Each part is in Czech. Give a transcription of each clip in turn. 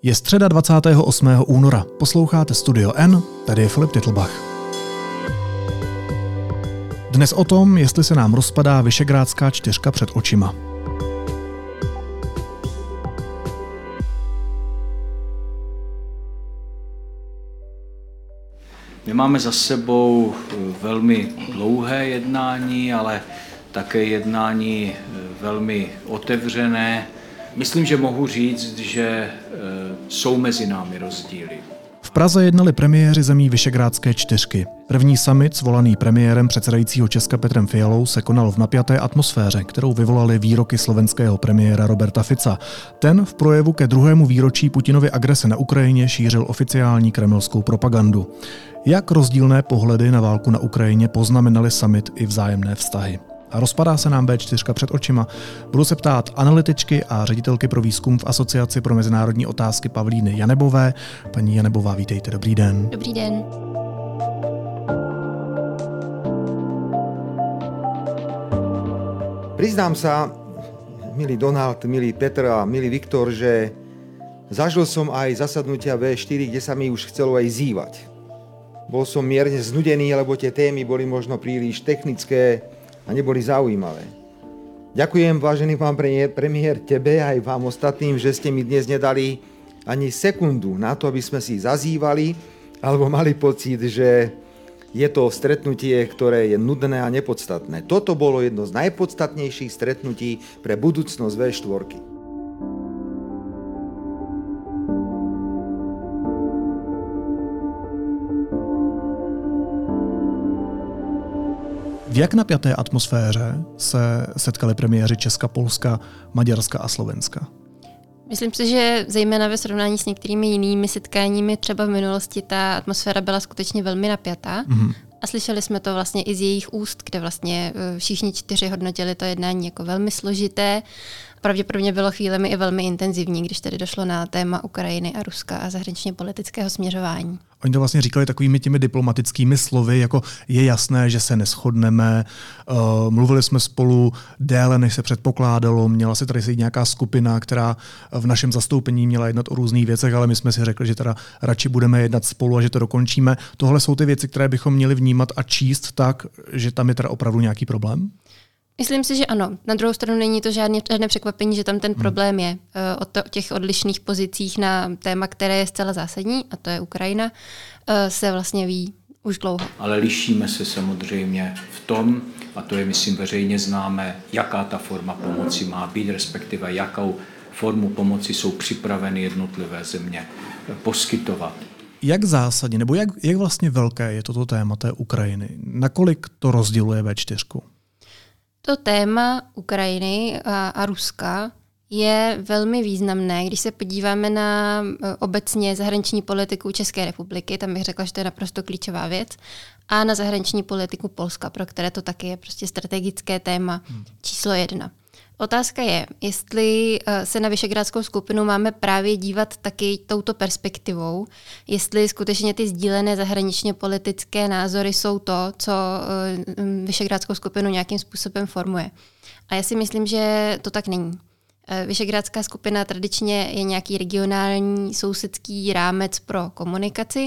Je středa 28. února. Posloucháte Studio N, tady je Filip Titlbach. Dnes o tom, jestli se nám rozpadá Visegrádská čtyřka před očima. My máme za sebou velmi dlouhé jednání, ale také jednání velmi otevřené. Myslím, že mohu říct, že jsou mezi námi rozdíly. V Praze jednali premiéři zemí Visegrádské čtyřky. První summit, svolaný premiérem předsedajícího Česka Petrem Fialou, se konal v napjaté atmosféře, kterou vyvolaly výroky slovenského premiéra Roberta Fica. Ten v projevu ke druhému výročí Putinovy agrese na Ukrajině šířil oficiální kremelskou propagandu. Jak rozdílné pohledy na válku na Ukrajině poznamenaly summit i vzájemné vztahy? A rozpadá se nám V4 před očima? Budu se ptát analytičky a ředitelky pro výzkum v Asociaci pro mezinárodní otázky Pavlíny Janebové. Paní Janebová, vítejte, dobrý den. Dobrý den. Priznám sa, milý Donald, milý Petr a milý Viktor, že zažil som aj zasadnutia V4, kde sa mi už chcelo aj zývať. Bol som mierne znudený, lebo tie témy boli možno príliš technické a neboli zaujímavé. Ďakujem, vážený pán premiér, tebe aj vám ostatným, že ste mi dnes nedali ani sekundu na to, aby sme si zazývali, alebo mali pocit, že je to stretnutie, ktoré je nudné a nepodstatné. Toto bolo jedno z najpodstatnejších stretnutí pre budúcnosť V4. V jak napjaté atmosféře se setkali premiéři Česka, Polska, Maďarska a Slovenska? Myslím si, že zejména ve srovnání s některými jinými setkáními třeba v minulosti ta atmosféra byla skutečně velmi napjatá. A slyšeli jsme to vlastně i z jejich úst, kde vlastně všichni čtyři hodnotili to jednání jako velmi složité. Pravděpodobně bylo chvílemi i velmi intenzivní, když tedy došlo na téma Ukrajiny a Ruska a zahraničně politického směřování. Oni to vlastně říkali takovými těmi diplomatickými slovy, jako je jasné, že se neshodneme, mluvili jsme spolu déle, než se předpokládalo, měla se tady sejít nějaká skupina, která v našem zastoupení měla jednat o různých věcech, ale my jsme si řekli, že teda radši budeme jednat spolu a že to dokončíme. Tohle jsou ty věci, které bychom měli vnímat a číst tak, že tam je teda opravdu nějaký problém? Myslím si, že ano. Na druhou stranu není to žádné překvapení, že tam ten problém je. O těch odlišných pozicích na téma, které je zcela zásadní, a to je Ukrajina, se vlastně ví už dlouho. Ale lišíme se samozřejmě v tom, a to je, myslím, veřejně známé, jaká ta forma pomoci má být, respektive jakou formu pomoci jsou připraveny jednotlivé země poskytovat. Jak zásadně, nebo jak vlastně velké je toto téma té Ukrajiny? Nakolik to rozděluje V4? To téma Ukrajiny a Ruska je velmi významné. Když se podíváme na obecně zahraniční politiku České republiky, tam bych řekla, že to je naprosto klíčová věc, a na zahraniční politiku Polska, pro které to taky je prostě strategické téma číslo 1. Otázka je, jestli se na Visegrádskou skupinu máme právě dívat taky touto perspektivou, jestli skutečně ty sdílené zahraničně politické názory jsou to, co Visegrádskou skupinu nějakým způsobem formuje. A já si myslím, že to tak není. Visegrádská skupina tradičně je nějaký regionální sousedský rámec pro komunikaci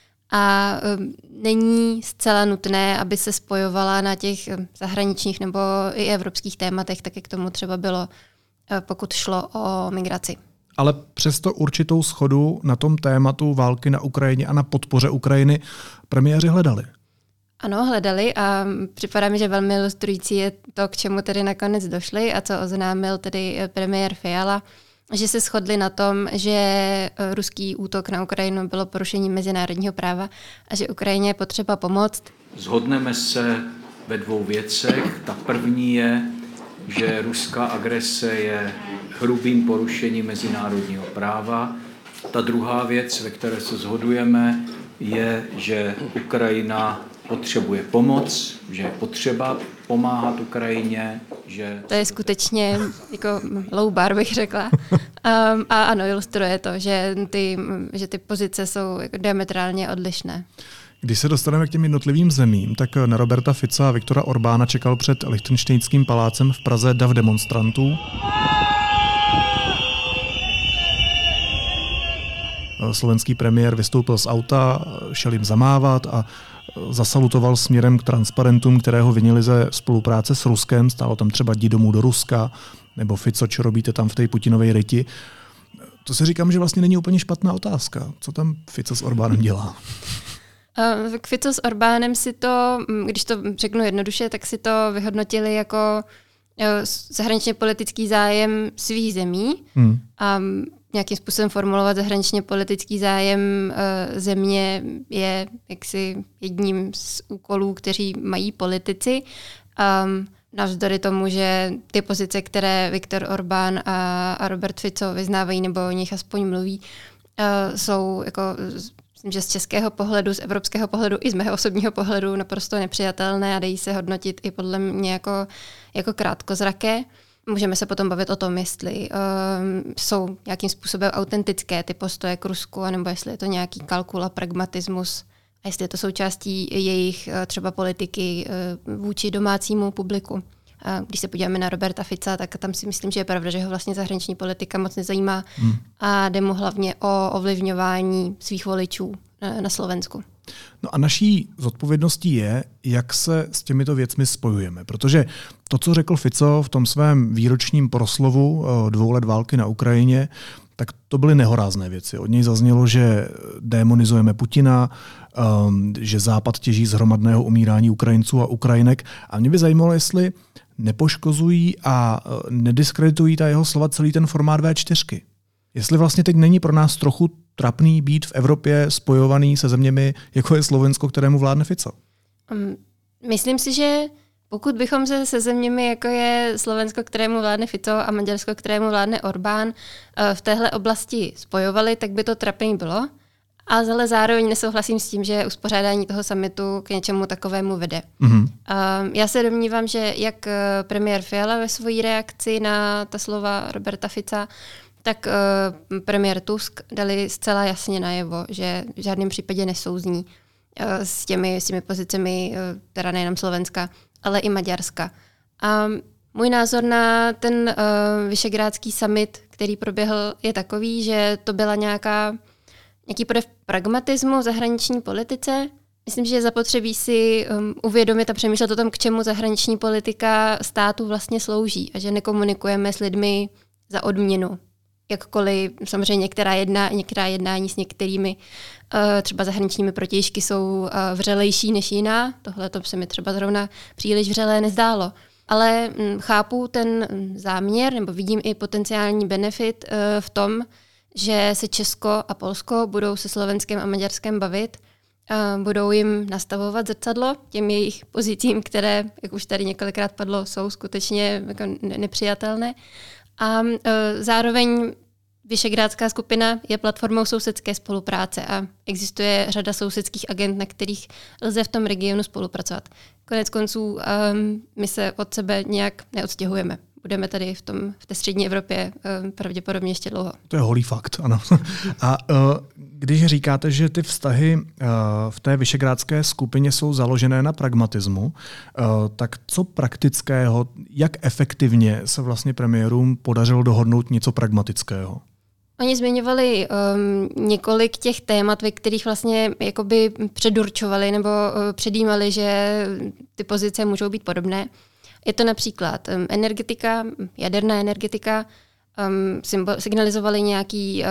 a není zcela nutné, aby se spojovala na těch zahraničních nebo i evropských tématech, tak jak tomu třeba bylo, pokud šlo o migraci. Ale přesto určitou shodu na tom tématu války na Ukrajině a na podpoře Ukrajiny premiéři hledali. Ano, hledali a připadá mi, že velmi ilustrující je to, k čemu tedy nakonec došli a co oznámil tedy premiér Fiala, že se shodli na tom, že ruský útok na Ukrajinu bylo porušením mezinárodního práva a že Ukrajině je potřeba pomoct. Shodneme se ve dvou věcech. Ta první je, že ruská agrese je hrubým porušením mezinárodního práva. Ta druhá věc, ve které se shodujeme, je, že Ukrajina potřebuje pomoc, že je potřeba pomáhat Ukrajině, že... To je skutečně jako low bar, bych řekla. A ano, ilustruje to, že ty pozice jsou jako diametrálně odlišné. Když se dostaneme k těm jednotlivým zemím, tak na Roberta Fica a Viktora Orbána čekal před Lichtenštejnským palácem v Praze dav demonstrantů. slovenský premiér vystoupil z auta, šel jim zamávat a zasalutoval směrem k transparentům, které ho vinili ze spolupráce s Ruskem. Stálo tam třeba jdi domů do Ruska, nebo Fico, čo robíte tam v té Putinovej ryti. To si říkám, že vlastně není úplně špatná otázka. Co tam Fico s Orbánem dělá? K Fico s Orbánem si to, když to řeknu jednoduše, tak si to vyhodnotili jako zahraničně politický zájem svých zemí a nějakým způsobem formulovat zahraničně politický zájem země je jaksi jedním z úkolů, kteří mají politici. Navzdory tomu, že ty pozice, které Viktor Orbán a Robert Fico vyznávají nebo o nich aspoň mluví, jsou jako, myslím, že z českého pohledu, z evropského pohledu i z mého osobního pohledu naprosto nepřijatelné a dají se hodnotit i podle mě jako krátkozraké. Můžeme se potom bavit o tom, jestli jsou nějakým způsobem autentické ty postoje k Rusku, anebo jestli je to nějaký kalkul a pragmatismus a jestli je to součástí jejich třeba politiky vůči domácímu publiku. Když se podíváme na Roberta Fica, tak tam si myslím, že je pravda, že ho vlastně zahraniční politika moc nezajímá a jde mu hlavně o ovlivňování svých voličů na Slovensku. No a naší zodpovědností je, jak se s těmito věcmi spojujeme. Protože to, co řekl Fico v tom svém výročním proslovu 2 let války na Ukrajině, tak to byly nehorázné věci. Od něj zaznělo, že démonizujeme Putina, že Západ těží z hromadného umírání Ukrajinců a Ukrajinek. A mě by zajímalo, jestli nepoškozují a nediskreditují ta jeho slova celý ten formát V4. Jestli vlastně teď není pro nás trochu trapný být v Evropě spojovaný se zeměmi, jako je Slovensko, kterému vládne Fico? Myslím si, že pokud bychom se zeměmi, jako je Slovensko, kterému vládne Fico a Maďarsko, kterému vládne Orbán, v téhle oblasti spojovali, tak by to trapný bylo. Ale zároveň nesouhlasím s tím, že uspořádání toho summitu k něčemu takovému vede. Já se domnívám, že jak premiér Fiala ve své reakci na ta slova Roberta Fica, tak premiér Tusk dali zcela jasně najevo, že v žádném případě nesouzní s těmi pozicemi, teda nejenom Slovenska, ale i Maďarska. A můj názor na ten Visegrádský summit, který proběhl, je takový, že to byla nějaký projev pragmatismu v zahraniční politice. Myslím, že je zapotřebí si uvědomit a přemýšlet o tom, k čemu zahraniční politika státu vlastně slouží a že nekomunikujeme s lidmi za odměnu. Jakkoliv samozřejmě některá jednání s některými třeba zahraničními protějšky jsou vřelejší než jiná. Tohle to se mi třeba zrovna příliš vřelé nezdálo. Ale chápu ten záměr, nebo vidím i potenciální benefit v tom, že se Česko a Polsko budou se Slovenskem a Maďarskem bavit, budou jim nastavovat zrcadlo těm jejich pozicím, které, jak už tady několikrát padlo, jsou skutečně jako nepřijatelné. A zároveň Visegrádská skupina je platformou sousedské spolupráce a existuje řada sousedských agend, na kterých lze v tom regionu spolupracovat. Konec konců my se od sebe nějak neodstěhujeme. Budeme tady v té střední Evropě pravděpodobně ještě dlouho. To je holý fakt, ano. A když říkáte, že ty vztahy v té visegrádské skupině jsou založené na pragmatismu, tak co praktického, jak efektivně se vlastně premiérům podařilo dohodnout něco pragmatického? Oni zmiňovali několik těch témat, ve kterých vlastně jakoby předurčovali nebo předjímali, že ty pozice můžou být podobné. Je to například energetika, jaderná energetika, signalizovali nějaký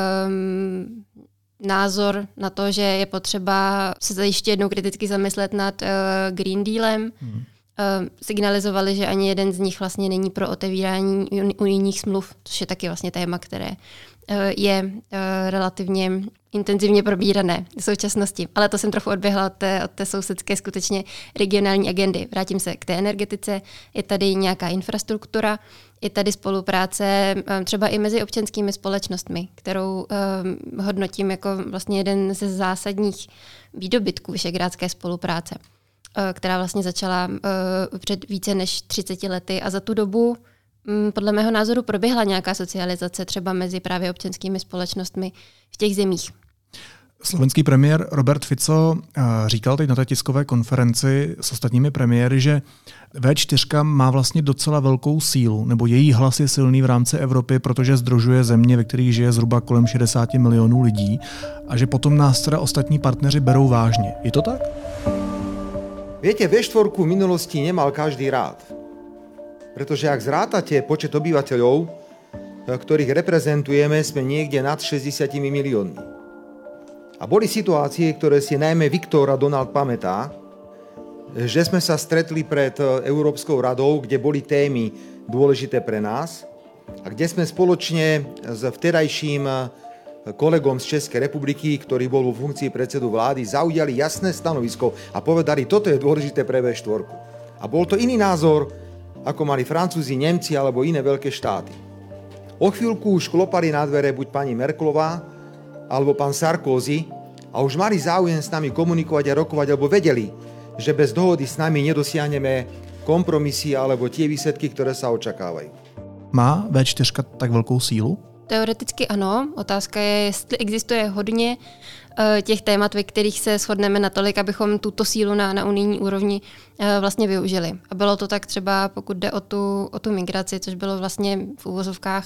názor na to, že je potřeba se ještě jednou kriticky zamyslet nad Green Dealem. Signalizovali, že ani jeden z nich vlastně není pro otevírání unijních smluv, což je taky vlastně téma, které je relativně intenzivně probírané v současnosti. Ale to jsem trochu odběhla od té sousedské skutečně regionální agendy. Vrátím se k té energetice. Je tady nějaká infrastruktura, je tady spolupráce třeba i mezi občanskými společnostmi, kterou hodnotím jako vlastně jeden ze zásadních výdobytků visegrádské spolupráce, která vlastně začala před více než 30 lety a za tu dobu podle mého názoru proběhla nějaká socializace třeba mezi právě občanskými společnostmi v těch zemích. Slovenský premiér Robert Fico říkal teď na té tiskové konferenci s ostatními premiéry, že V4 má vlastně docela velkou sílu, nebo její hlas je silný v rámci Evropy, protože sdružuje země, ve kterých žije zhruba kolem 60 milionů lidí a že potom nás teda ostatní partneři berou vážně. Je to tak? Viete, V4 v minulosti nemal každý rád. Pretože ak zrátate počet obyvateľov, ktorých reprezentujeme, sme niekde nad 60 miliónmi. A boli situácie, ktoré si najmä Viktor a Donald pamätá, že sme sa stretli pred Európskou radou, kde boli témy dôležité pre nás a kde sme spoločne s vtedajším kolegom z Českej republiky, ktorý bol vo funkcii predsedu vlády, zaujali jasné stanovisko a povedali, toto je dôležité pre V4. A bol to iný názor, ako mali Francúzi, Nemci alebo iné veľké štáty. O chvíľku už klopali na dvere buď pani Merkelová, alebo pán Sarkozy a už mali záujem s nami komunikovať a rokovať, alebo vedeli, že bez dohody s nami nedosiahneme kompromisy alebo tie výsledky, ktoré sa očakávajú. Má V4 tak velkou sílu? Teoreticky ano. Otázka je, jestli existuje hodně těch témat, ve kterých se shodneme natolik, abychom tuto sílu na unijní úrovni vlastně využili. A bylo to tak třeba, pokud jde o tu migraci, což bylo vlastně v úvozovkách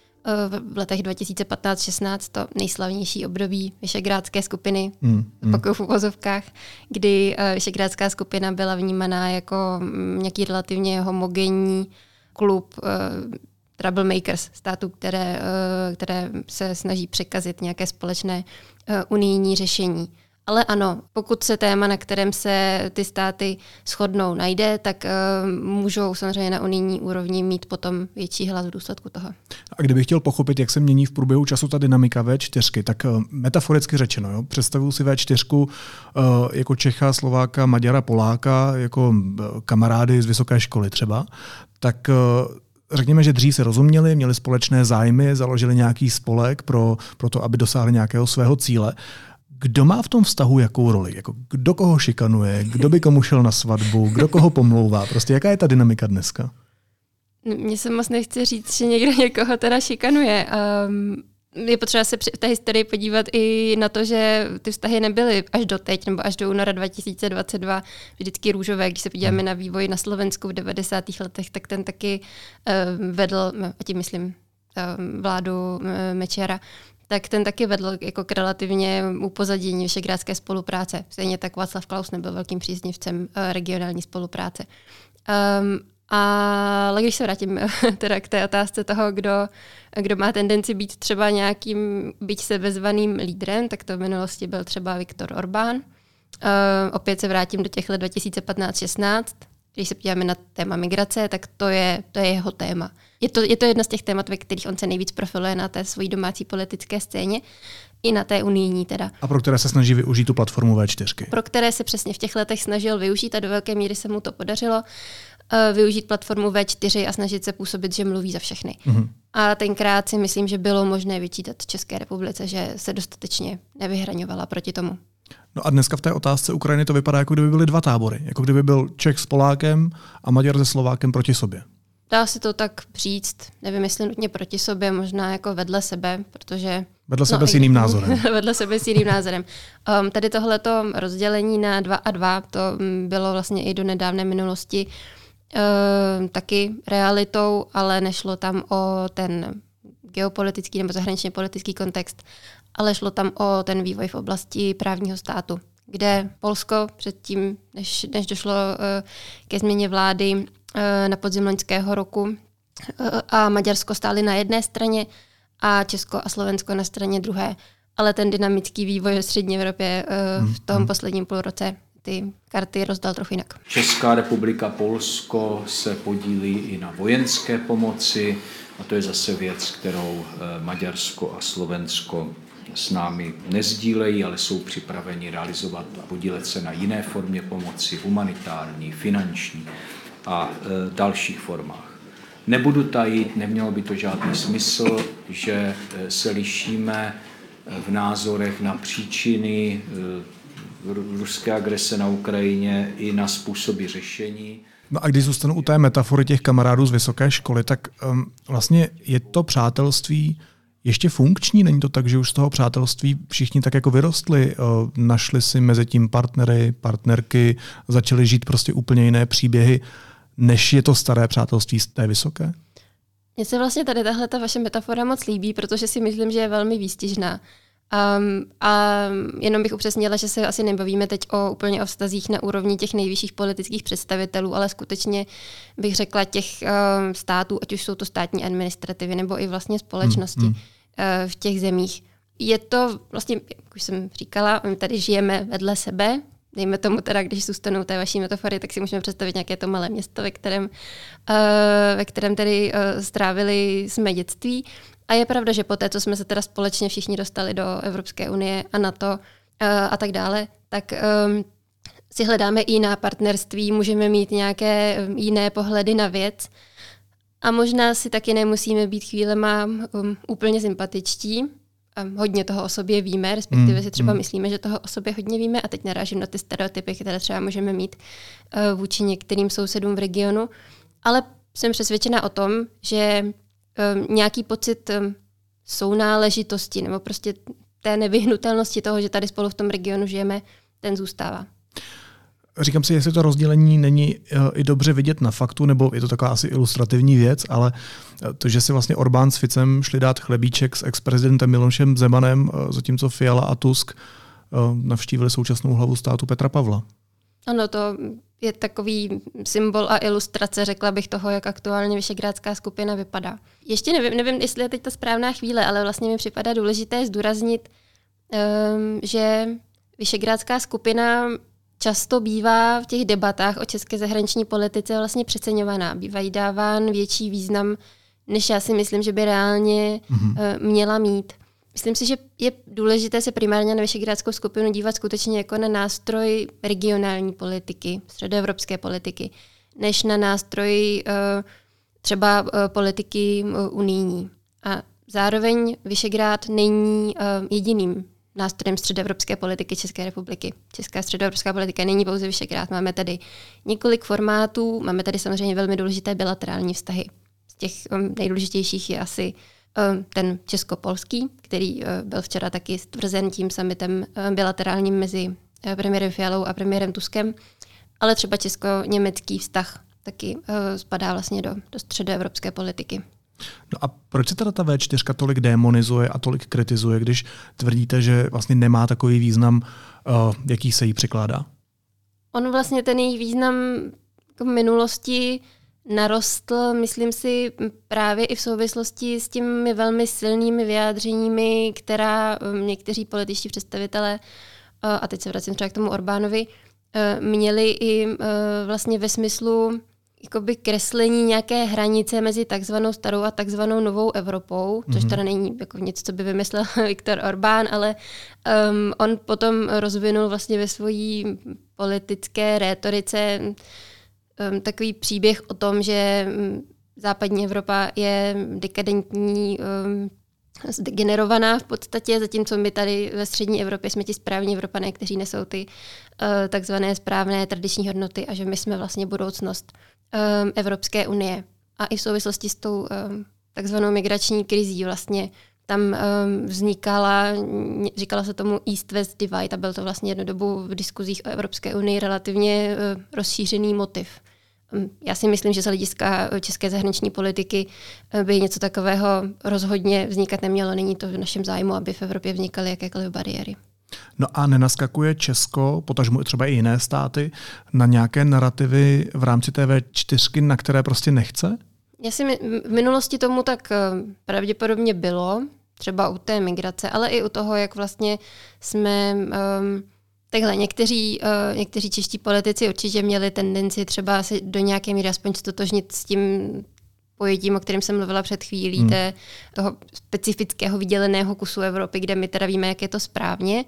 v letech 2015-16 to nejslavnější období Visegrádské skupiny, opakuju v uvozovkách, kdy Visegrádská skupina byla vnímaná jako nějaký relativně homogenní klub troublemakers, států, které se snaží překazit nějaké společné unijní řešení. Ale ano, pokud se téma, na kterém se ty státy shodnou, najde, tak můžou samozřejmě na unijní úrovni mít potom větší hlas v důsledku toho. A kdybych chtěl pochopit, jak se mění v průběhu času ta dynamika V4, tak metaforicky řečeno, jo, představuju si V4 jako Čecha, Slováka, Maďara, Poláka, jako kamarády z vysoké školy třeba, tak řekněme, že dřív se rozuměli, měli společné zájmy, založili nějaký spolek pro to, aby dosáhli nějakého svého cíle. Kdo má v tom vztahu jakou roli? Jako kdo koho šikanuje? Kdo by komu šel na svatbu? Kdo koho pomlouvá? Prostě jaká je ta dynamika dneska? Mně se moc nechce říct, že někdo někoho teda šikanuje. Je potřeba se v té historii podívat i na to, že ty vztahy nebyly až do teď, nebo až do února 2022 vždycky růžové. Když se podíváme na vývoj na Slovensku v 90. letech, tak ten taky vedl, a tím myslím vládu Mečiara, tak ten taky vedl jako k relativně upozadění visegrádské spolupráce. Stejně tak Václav Klaus nebyl velkým příznivcem regionální spolupráce. Ale když se vrátím teda k té otázce toho, kdo má tendenci být třeba nějakým, byť sebezvaným lídrem, tak to v minulosti byl třeba Viktor Orbán. Opět se vrátím do těch let 2015-16. Když se podíváme na téma migrace, tak to je jeho téma. Je to jedna z těch témat, ve kterých on se nejvíc profiluje na té svojí domácí politické scéně, i na té unijní teda. A pro které se snaží využít tu platformu V4. Pro které se přesně v těch letech snažil využít a do velké míry se mu to podařilo využít platformu V4 a snažit se působit, že mluví za všechny. Mm-hmm. A tenkrát si myslím, že bylo možné vyčítat České republice, že se dostatečně nevyhraňovala proti tomu. No a dneska v té otázce Ukrajiny to vypadá, jako kdyby byly dva tábory. Jako kdyby byl Čech s Polákem a Maďar se Slovákem proti sobě. Dá se to tak říct, nevím, jestli nutně proti sobě, možná jako vedle sebe, protože... Vedle sebe s jiným názorem. Vedle sebe s jiným názorem. Tady tohleto rozdělení na 2 a 2, to bylo vlastně i do nedávné minulosti taky realitou, ale nešlo tam o ten geopolitický nebo zahraničně politický kontext, ale šlo tam o ten vývoj v oblasti právního státu, kde Polsko předtím, než došlo ke změně vlády na podzim loňského roku a Maďarsko stály na jedné straně a Česko a Slovensko na straně druhé. Ale ten dynamický vývoj ve střední Evropě v tom posledním půlroce ty karty rozdal trochu jinak. Česká republika, Polsko se podílí i na vojenské pomoci a to je zase věc, kterou Maďarsko a Slovensko s námi nezdílejí, ale jsou připraveni realizovat a podílet se na jiné formě pomoci, humanitární, finanční a dalších formách. Nebudu tajit, nemělo by to žádný smysl, že se lišíme v názorech na příčiny ruské agrese na Ukrajině i na způsoby řešení. No a když zůstanu u té metafory těch kamarádů z vysoké školy, tak vlastně je to přátelství ještě funkční? Není to tak, že už z toho přátelství všichni tak jako vyrostli, našli si mezi tím partnery, partnerky, začali žít prostě úplně jiné příběhy, než je to staré přátelství z té Vysoké? Mně se vlastně tady tahle ta vaše metafora moc líbí, protože si myslím, že je velmi výstižná. A jenom bych upřesnila, že se asi nebavíme teď úplně o vztazích na úrovni těch nejvyšších politických představitelů, ale skutečně bych řekla těch států, ať už jsou to státní administrativy nebo i vlastně společnosti v těch zemích. Je to vlastně, jak už jsem říkala, my tady žijeme vedle sebe. Dejme tomu teda, když zůstanou té vaší metafory, tak si můžeme představit nějaké to malé město, ve kterém tedy strávili jsme dětství. A je pravda, že poté, co jsme se teda společně všichni dostali do Evropské unie a NATO a tak dále, tak si hledáme i jiná partnerství, můžeme mít nějaké jiné pohledy na věc a možná si taky nemusíme být chvílema úplně sympatičtí. Hodně toho o sobě víme, respektive si třeba myslíme, že toho o sobě hodně víme a teď narážím na ty stereotypy, které třeba můžeme mít vůči některým sousedům v regionu, ale jsem přesvědčena o tom, že nějaký pocit sounáležitosti nebo prostě té nevyhnutelnosti toho, že tady spolu v tom regionu žijeme, ten zůstává. Říkám si, jestli to rozdělení není i dobře vidět na faktu, nebo je to taková asi ilustrativní věc, ale to, že si vlastně Orbán s Ficem šli dát chlebíček s ex-prezidentem Milošem Zemanem, zatímco Fiala a Tusk navštívili současnou hlavu státu Petra Pavla. Ano, to je takový symbol a ilustrace, řekla bych, toho, jak aktuálně Visegrádská skupina vypadá. Ještě nevím, jestli je teď ta správná chvíle, ale vlastně mi připadá důležité zdůraznit, že Visegrádská skupina často bývá v těch debatách o české zahraniční politice vlastně přeceňovaná. Bývá jí dáván větší význam, než já si myslím, že by reálně měla mít. Myslím si, že je důležité se primárně na Visegrádskou skupinu dívat skutečně jako na nástroj regionální politiky, středoevropské politiky, než na nástroj třeba politiky unijní. A zároveň Visegrád není jediným nástrojem středoevropské politiky České republiky. Česká středoevropská politika není pouze Visegrád. Máme tady několik formátů, máme tady samozřejmě velmi důležité bilaterální vztahy. Z těch nejdůležitějších je asi ten česko-polský, který byl včera taky stvrzen tím summitem bilaterálním mezi premiérem Fialou a premiérem Tuskem, ale třeba česko-německý vztah taky spadá vlastně do středoevropské politiky. No a proč se teda ta V4 tolik démonizuje a tolik kritizuje, když tvrdíte, že vlastně nemá takový význam, jaký se jí přikládá? On vlastně ten její význam v minulosti narostl, myslím si, právě i v souvislosti s těmi velmi silnými vyjádřeními, která někteří političtí představitelé, a teď se vracím třeba k tomu Orbánovi, měli i vlastně ve smyslu jakoby kreslení nějaké hranice mezi takzvanou starou a takzvanou novou Evropou, což teda není jako nic, co by vymyslel Viktor Orbán, ale on potom rozvinul vlastně ve své politické rétorice takový příběh o tom, že západní Evropa je dekadentní, zdegenerovaná v podstatě, zatímco my tady ve střední Evropě jsme ti správní Evropané, kteří nesou ty takzvané správné tradiční hodnoty a že my jsme vlastně budoucnost Evropské unie. A i v souvislosti s tou takzvanou migrační krizí vlastně tam vznikala, říkala se tomu East-West divide a byl to vlastně jednu dobu v diskuzích o Evropské unii relativně rozšířený motiv. Já si myslím, že z hlediska české zahraniční politiky by něco takového rozhodně vznikat nemělo. Není to v našem zájmu, aby v Evropě vznikaly jakékoliv bariéry. No a nenaskakuje Česko, potažmo třeba i jiné státy, na nějaké narrativy v rámci té V4, na které prostě nechce? V minulosti tomu tak pravděpodobně bylo, třeba u té migrace, ale i u toho, jak vlastně jsme... Takhle, někteří čeští politici určitě měli tendenci třeba se do nějaké míry aspoň stotožnit s tím pojetím, o kterém jsem mluvila před chvílí, toho specifického vyděleného kusu Evropy, kde my teda víme, jak je to správně.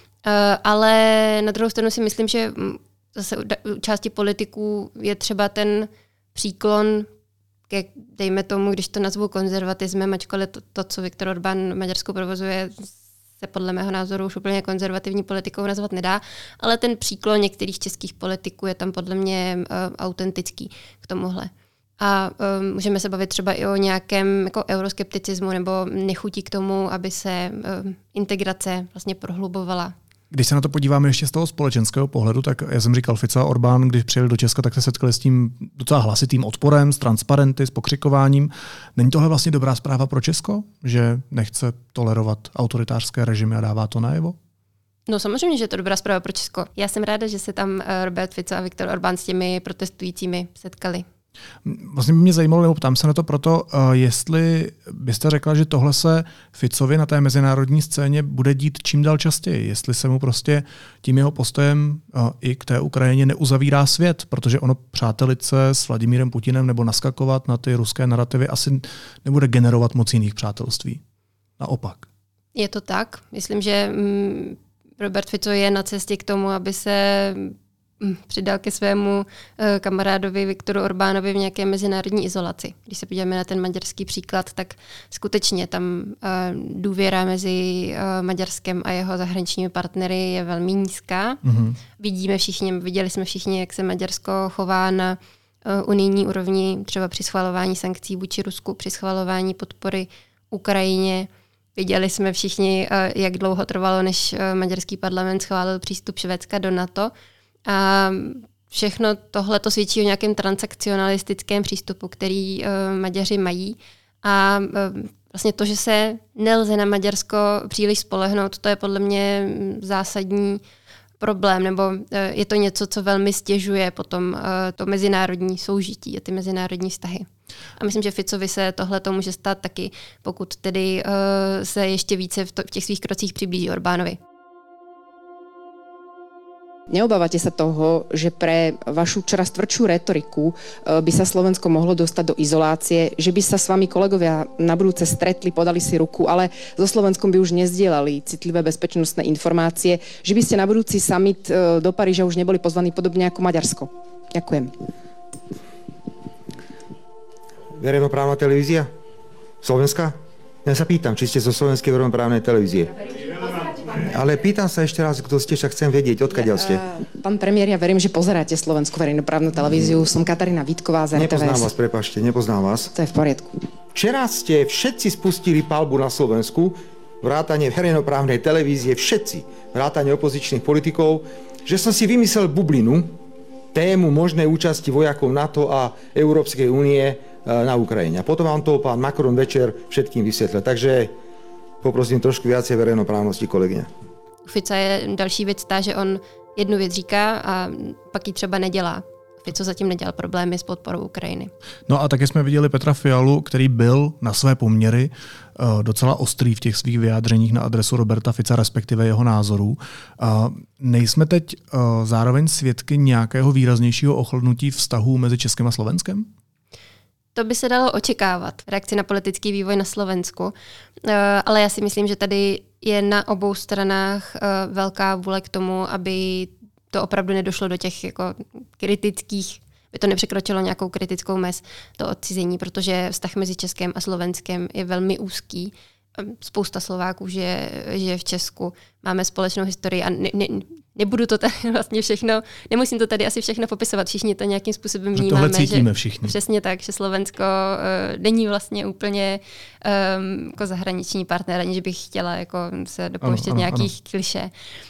Ale na druhou stranu si myslím, že zase u části politiků je třeba ten příklon ke, dejme tomu, když to nazvu konzervatismem, ačkoliv to, co Viktor Orbán v Maďarsku provozuje, se podle mého názoru už úplně konzervativní politikou nazvat nedá, ale ten příklon některých českých politiků je tam podle mě autentický k tomuhle. A můžeme se bavit třeba i o nějakém jako euroskepticismu nebo nechutí k tomu, aby se integrace vlastně prohlubovala. Když se na to podíváme ještě z toho společenského pohledu, tak já jsem říkal, Fico a Orbán, když přijeli do Česka, tak se setkali s tím docela hlasitým odporem, s transparenty, s pokřikováním. Není tohle vlastně dobrá zpráva pro Česko, že nechce tolerovat autoritářské režimy a dává to najevo? No samozřejmě, že je to dobrá zpráva pro Česko. Já jsem ráda, že se tam Robert Fico a Viktor Orbán s těmi protestujícími setkali. Vlastně mě zajímalo, nebo ptám se na to proto, jestli byste řekla, že tohle se Ficovi na té mezinárodní scéně bude dít čím dál častěji, jestli se mu prostě tím jeho postojem i k té Ukrajině neuzavírá svět, protože ono přátelit se s Vladimírem Putinem nebo naskakovat na ty ruské narrativy asi nebude generovat moc jiných přátelství. Naopak. Je to tak. Myslím, že Robert Fico je na cestě k tomu, aby se přidal ke svému kamarádovi Viktoru Orbánovi v nějaké mezinárodní izolaci. Když se podíváme na ten maďarský příklad, tak skutečně tam důvěra mezi Maďarskem a jeho zahraničními partnery je velmi nízká. Mm-hmm. Viděli jsme všichni, jak se Maďarsko chová na unijní úrovni, třeba při schvalování sankcí vůči Rusku, při schvalování podpory Ukrajině. Viděli jsme všichni, jak dlouho trvalo, než maďarský parlament schválil přístup Švédska do NATO. A všechno tohle to svědčí o nějakém transakcionalistickém přístupu, který Maďaři mají. A vlastně to, že se nelze na Maďarsko příliš spolehnout, to je podle mě zásadní problém, nebo je to něco, co velmi stěžuje potom to mezinárodní soužití a ty mezinárodní vztahy. A myslím, že Ficovi se tohle to může stát taky, pokud tedy se ještě více v těch svých krocích přiblíží Orbánovi. Neobávate sa toho, že pre vašu čoraz tvrdšiu retoriku by sa Slovensko mohlo dostať do izolácie, že by sa s vami kolegovia na budúce stretli, podali si ruku, ale so Slovenskom by už nezdielali citlivé bezpečnostné informácie, že by ste na budúci summit do Paríža už neboli pozvaní podobne ako Maďarsko? Ďakujem. Verejnoprávna televízia? Slovenská? Ja sa pýtam, či ste zo slovenskej verejnoprávnej televízie. Ale pýtam sa ešte raz, kto ste, však chcem vedieť, odkiaľ ste. Pán premiér, ja verím, že pozeráte Slovenskú verejnoprávnu televíziu. Som Katarína Vítková z RTVS. Nepoznám vás, prepáčte, nepoznám vás. To je v poriadku. Včera ste všetci spustili palbu na Slovensku, vrátane verejnoprávnej televízie, všetci, vrátane opozičných politikov, že som si vymyslel bublinu, tému možnej účasti vojakov NATO a Európskej únie na Ukrajine. A potom vám to pán Macron večer všetkým vysvetlil. Takže poprosím trošku viacej verejnoprávnosti, kolegyně. U Fica je další věc ta, že on jednu věc říká a pak ji třeba nedělá. Fico zatím nedělal problémy s podporou Ukrajiny. No a taky jsme viděli Petra Fialu, který byl na své poměry docela ostrý v těch svých vyjádřeních na adresu Roberta Fica, respektive jeho názorů. Nejsme teď zároveň svědky nějakého výraznějšího ochladnutí vztahů mezi Českem a Slovenskem? To by se dalo očekávat, reakci na politický vývoj na Slovensku, ale já si myslím, že tady je na obou stranách velká vůle k tomu, aby to opravdu nedošlo do těch jako kritických, by to nepřekročilo nějakou kritickou mez, to odcizení, protože vztah mezi Českem a Slovenskem je velmi úzký. Spousta Slováků žije v Česku, máme společnou historii a nebudu to tady vlastně všechno, nemusím to tady asi všechno popisovat, všichni to nějakým způsobem vnímáme. Tohle cítíme všichni. Přesně tak, že Slovensko není vlastně úplně jako zahraniční partner, aniž bych chtěla jako se dopouštět nějakých klišé.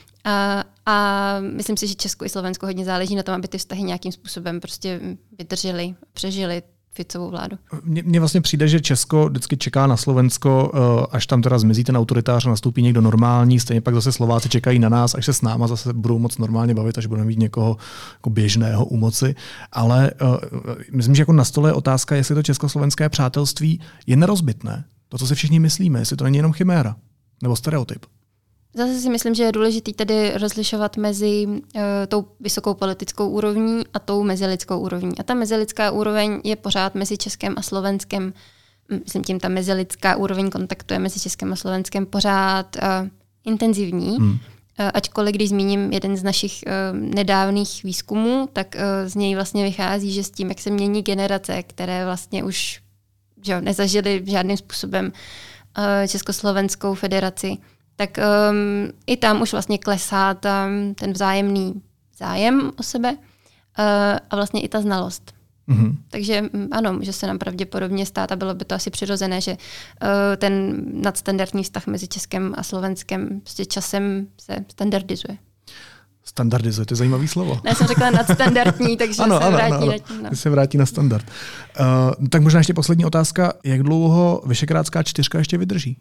A myslím si, že Česku i Slovensku hodně záleží na tom, aby ty vztahy nějakým způsobem prostě vydržely, přežily Ficovou vládu. Mně vlastně přijde, že Česko vždycky čeká na Slovensko, až tam teda zmizí ten autoritář a nastoupí někdo normální, stejně pak zase Slováci čekají na nás, až se s náma zase budou moc normálně bavit, až budeme mít někoho jako běžného u moci. Ale myslím, že jako na stole je otázka, jestli to československé přátelství je nerozbitné. To, co si všichni myslíme, jestli to není jenom chiméra nebo stereotyp. Zase si myslím, že je důležité tedy rozlišovat mezi tou vysokou politickou úrovní a tou mezilidskou úrovní. A ta mezilidská úroveň je pořád mezi Českem a Slovenskem. Myslím tím, ta mezilidská úroveň kontaktuje mezi Českem a Slovenskem pořád intenzivní. Ačkoliv, když zmíním jeden z našich nedávných výzkumů, tak z něj vlastně vychází, že s tím, jak se mění generace, které vlastně už nezažily žádným způsobem Československou federaci, tak i tam už vlastně klesá ten vzájemný zájem o sebe a vlastně i ta znalost. Takže ano, může se nám pravděpodobně stát a bylo by to asi přirozené, že ten nadstandardní vztah mezi Českem a Slovenskem prostě časem se standardizuje. Standardizuje, to je zajímavý slovo. Ne, jsem řekla nadstandardní, takže se vrátí na tím. Se vrátí na standard. Tak možná ještě poslední otázka. Jak dlouho Visegrádská čtyřka ještě vydrží?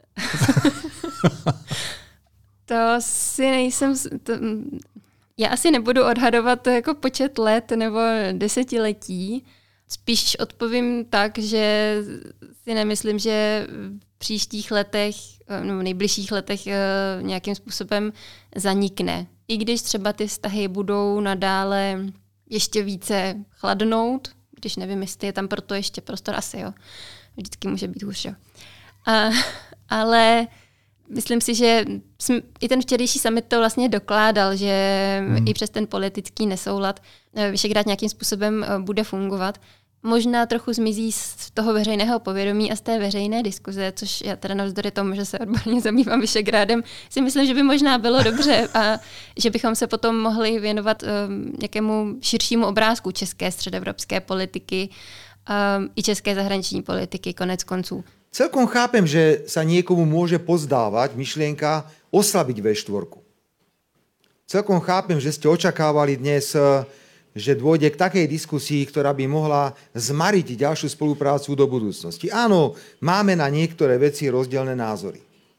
To si nejsem... Já asi nebudu odhadovat jako počet let nebo desetiletí. Spíš odpovím tak, že si nemyslím, že v příštích letech nebo nejbližších letech nějakým způsobem zanikne. I když třeba ty vztahy budou nadále ještě více chladnout, když nevím, jestli je tam proto ještě prostor, asi jo. Vždycky může být hůř, jo. Ale myslím si, že i ten včerejší summit to vlastně dokládal, že i přes ten politický nesoulad Visegrád nějakým způsobem bude fungovat. Možná trochu zmizí z toho veřejného povědomí a z té veřejné diskuze, což já teda navzdory tomu, že se odborně zabývám Visegrádem, si myslím, že by možná bylo dobře a že bychom se potom mohli věnovat nějakému širšímu obrázku české středoevropské politiky i české zahraniční politiky konec konců. Celkom chápem, že sa niekomu môže pozdávať myšlienka oslabiť V4. Celkom chápem, že ste očakávali dnes, že dôjde k takej diskusii, ktorá by mohla zmariť ďalšiu spoluprácu do budúcnosti. Áno, máme na niektoré veci rozdielne názory.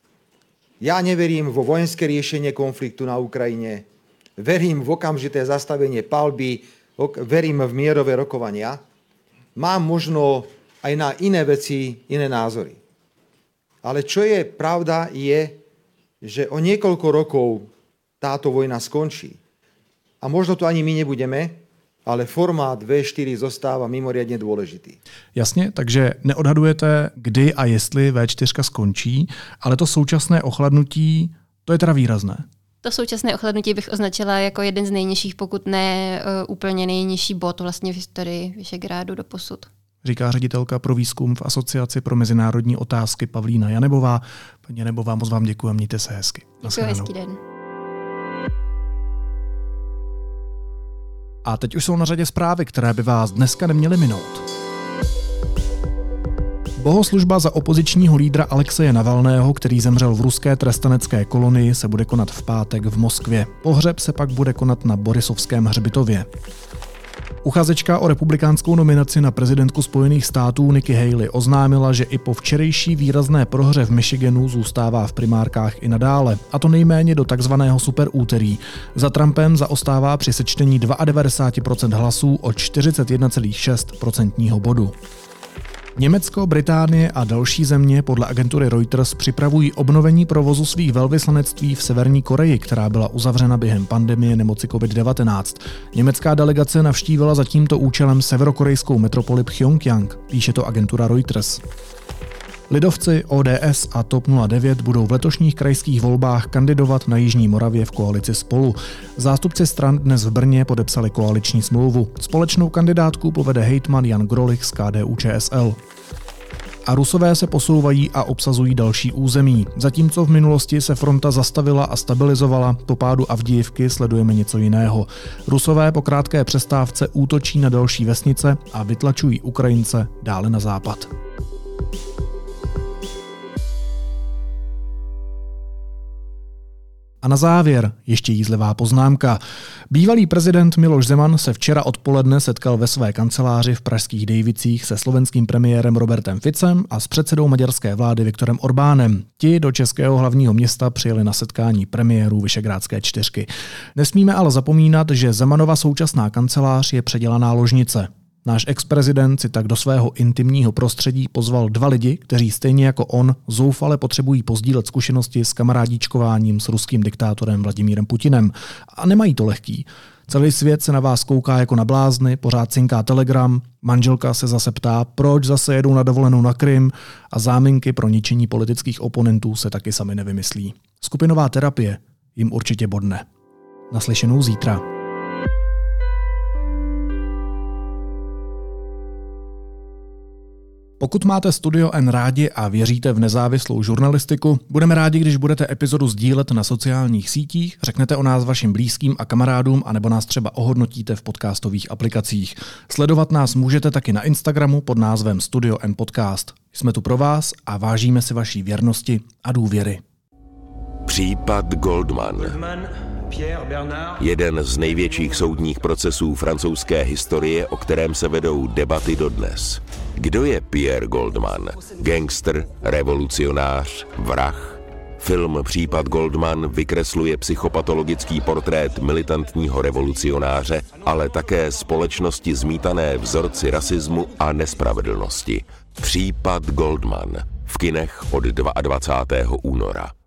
Ja neverím vo vojenské riešenie konfliktu na Ukrajine, verím v okamžité zastavenie palby, verím v mierové rokovania. Mám možno aj na iné veci, iné názory. Ale čo je pravda je, že o niekoľko rokov táto vojna skončí. A možno to ani my nebudeme, ale formát V4 zostáva mimoriadne dôležitý. Jasně, takže neodhadujete, kdy a jestli V4 skončí, ale to současné ochladnutí, to je teda výrazné. To současné ochladnutí bych označila jako jeden z nejnižších, pokud ne úplně nejnižší bod vlastně v historii Visegrádu doposud. Říká ředitelka pro výzkum v Asociaci pro mezinárodní otázky Pavlína Janebová. Paní Janebová, moc vám děkuji a mějte se hezky. Děkuji, hezký den. A teď už jsou na řadě zprávy, které by vás dneska neměly minout. Bohoslužba za opozičního lídra Alexeje Navalného, který zemřel v ruské trestanecké kolonii, se bude konat v pátek v Moskvě. Pohřeb se pak bude konat na Borisovském hřbitově. Uchazečka o republikánskou nominaci na prezidentku Spojených států Nikki Haley oznámila, že i po včerejší výrazné prohře v Michiganu zůstává v primárkách i nadále, a to nejméně do takzvaného superúterý. Za Trumpem zaostává při sečtení 92% hlasů o 41,6% bodu. Německo, Británie a další země podle agentury Reuters připravují obnovení provozu svých velvyslanectví v Severní Koreji, která byla uzavřena během pandemie nemoci COVID-19. Německá delegace navštívila za tímto účelem severokorejskou metropoli Pchjongjang, píše to agentura Reuters. Lidovci, ODS a TOP 09 budou v letošních krajských volbách kandidovat na Jižní Moravě v koalici Spolu. Zástupci stran dnes v Brně podepsali koaliční smlouvu. Společnou kandidátku povede hejtman Jan Grolich z KDU-ČSL. A Rusové se posouvají a obsazují další území. Zatímco v minulosti se fronta zastavila a stabilizovala, po pádu Avdijivky sledujeme něco jiného. Rusové po krátké přestávce útočí na další vesnice a vytlačují Ukrajince dále na západ. A na závěr ještě jízlivá poznámka. Bývalý prezident Miloš Zeman se včera odpoledne setkal ve své kanceláři v pražských Dejvicích se slovenským premiérem Robertem Ficem a s předsedou maďarské vlády Viktorem Orbánem. Ti do českého hlavního města přijeli na setkání premiérů Visegrádské čtyřky. Nesmíme ale zapomínat, že Zemanova současná kancelář je předělaná ložnice. Náš ex-prezident si tak do svého intimního prostředí pozval dva lidi, kteří stejně jako on zoufale potřebují pozdílet zkušenosti s kamarádíčkováním s ruským diktátorem Vladimírem Putinem. A nemají to lehký. Celý svět se na vás kouká jako na blázny, pořád cinká telegram, manželka se zase ptá, proč zase jedou na dovolenou na Krym a záminky pro ničení politických oponentů se taky sami nevymyslí. Skupinová terapie jim určitě bodne. Naslyšenou zítra. Po Pokud máte Studio N rádi a věříte v nezávislou žurnalistiku, budeme rádi, když budete epizodu sdílet na sociálních sítích, řeknete o nás vašim blízkým a kamarádům, anebo nás třeba ohodnotíte v podcastových aplikacích. Sledovat nás můžete taky na Instagramu pod názvem Studio N Podcast. Jsme tu pro vás a vážíme si vaší věrnosti a důvěry. Případ Goldman. Jeden z největších soudních procesů francouzské historie, o kterém se vedou debaty dodnes. Kdo je Pierre Goldman? Gangster, revolucionář, vrah? Film Případ Goldman vykresluje psychopatologický portrét militantního revolucionáře, ale také společnosti zmítané vzorci rasismu a nespravedlnosti. Případ Goldman v kinech od 22. února.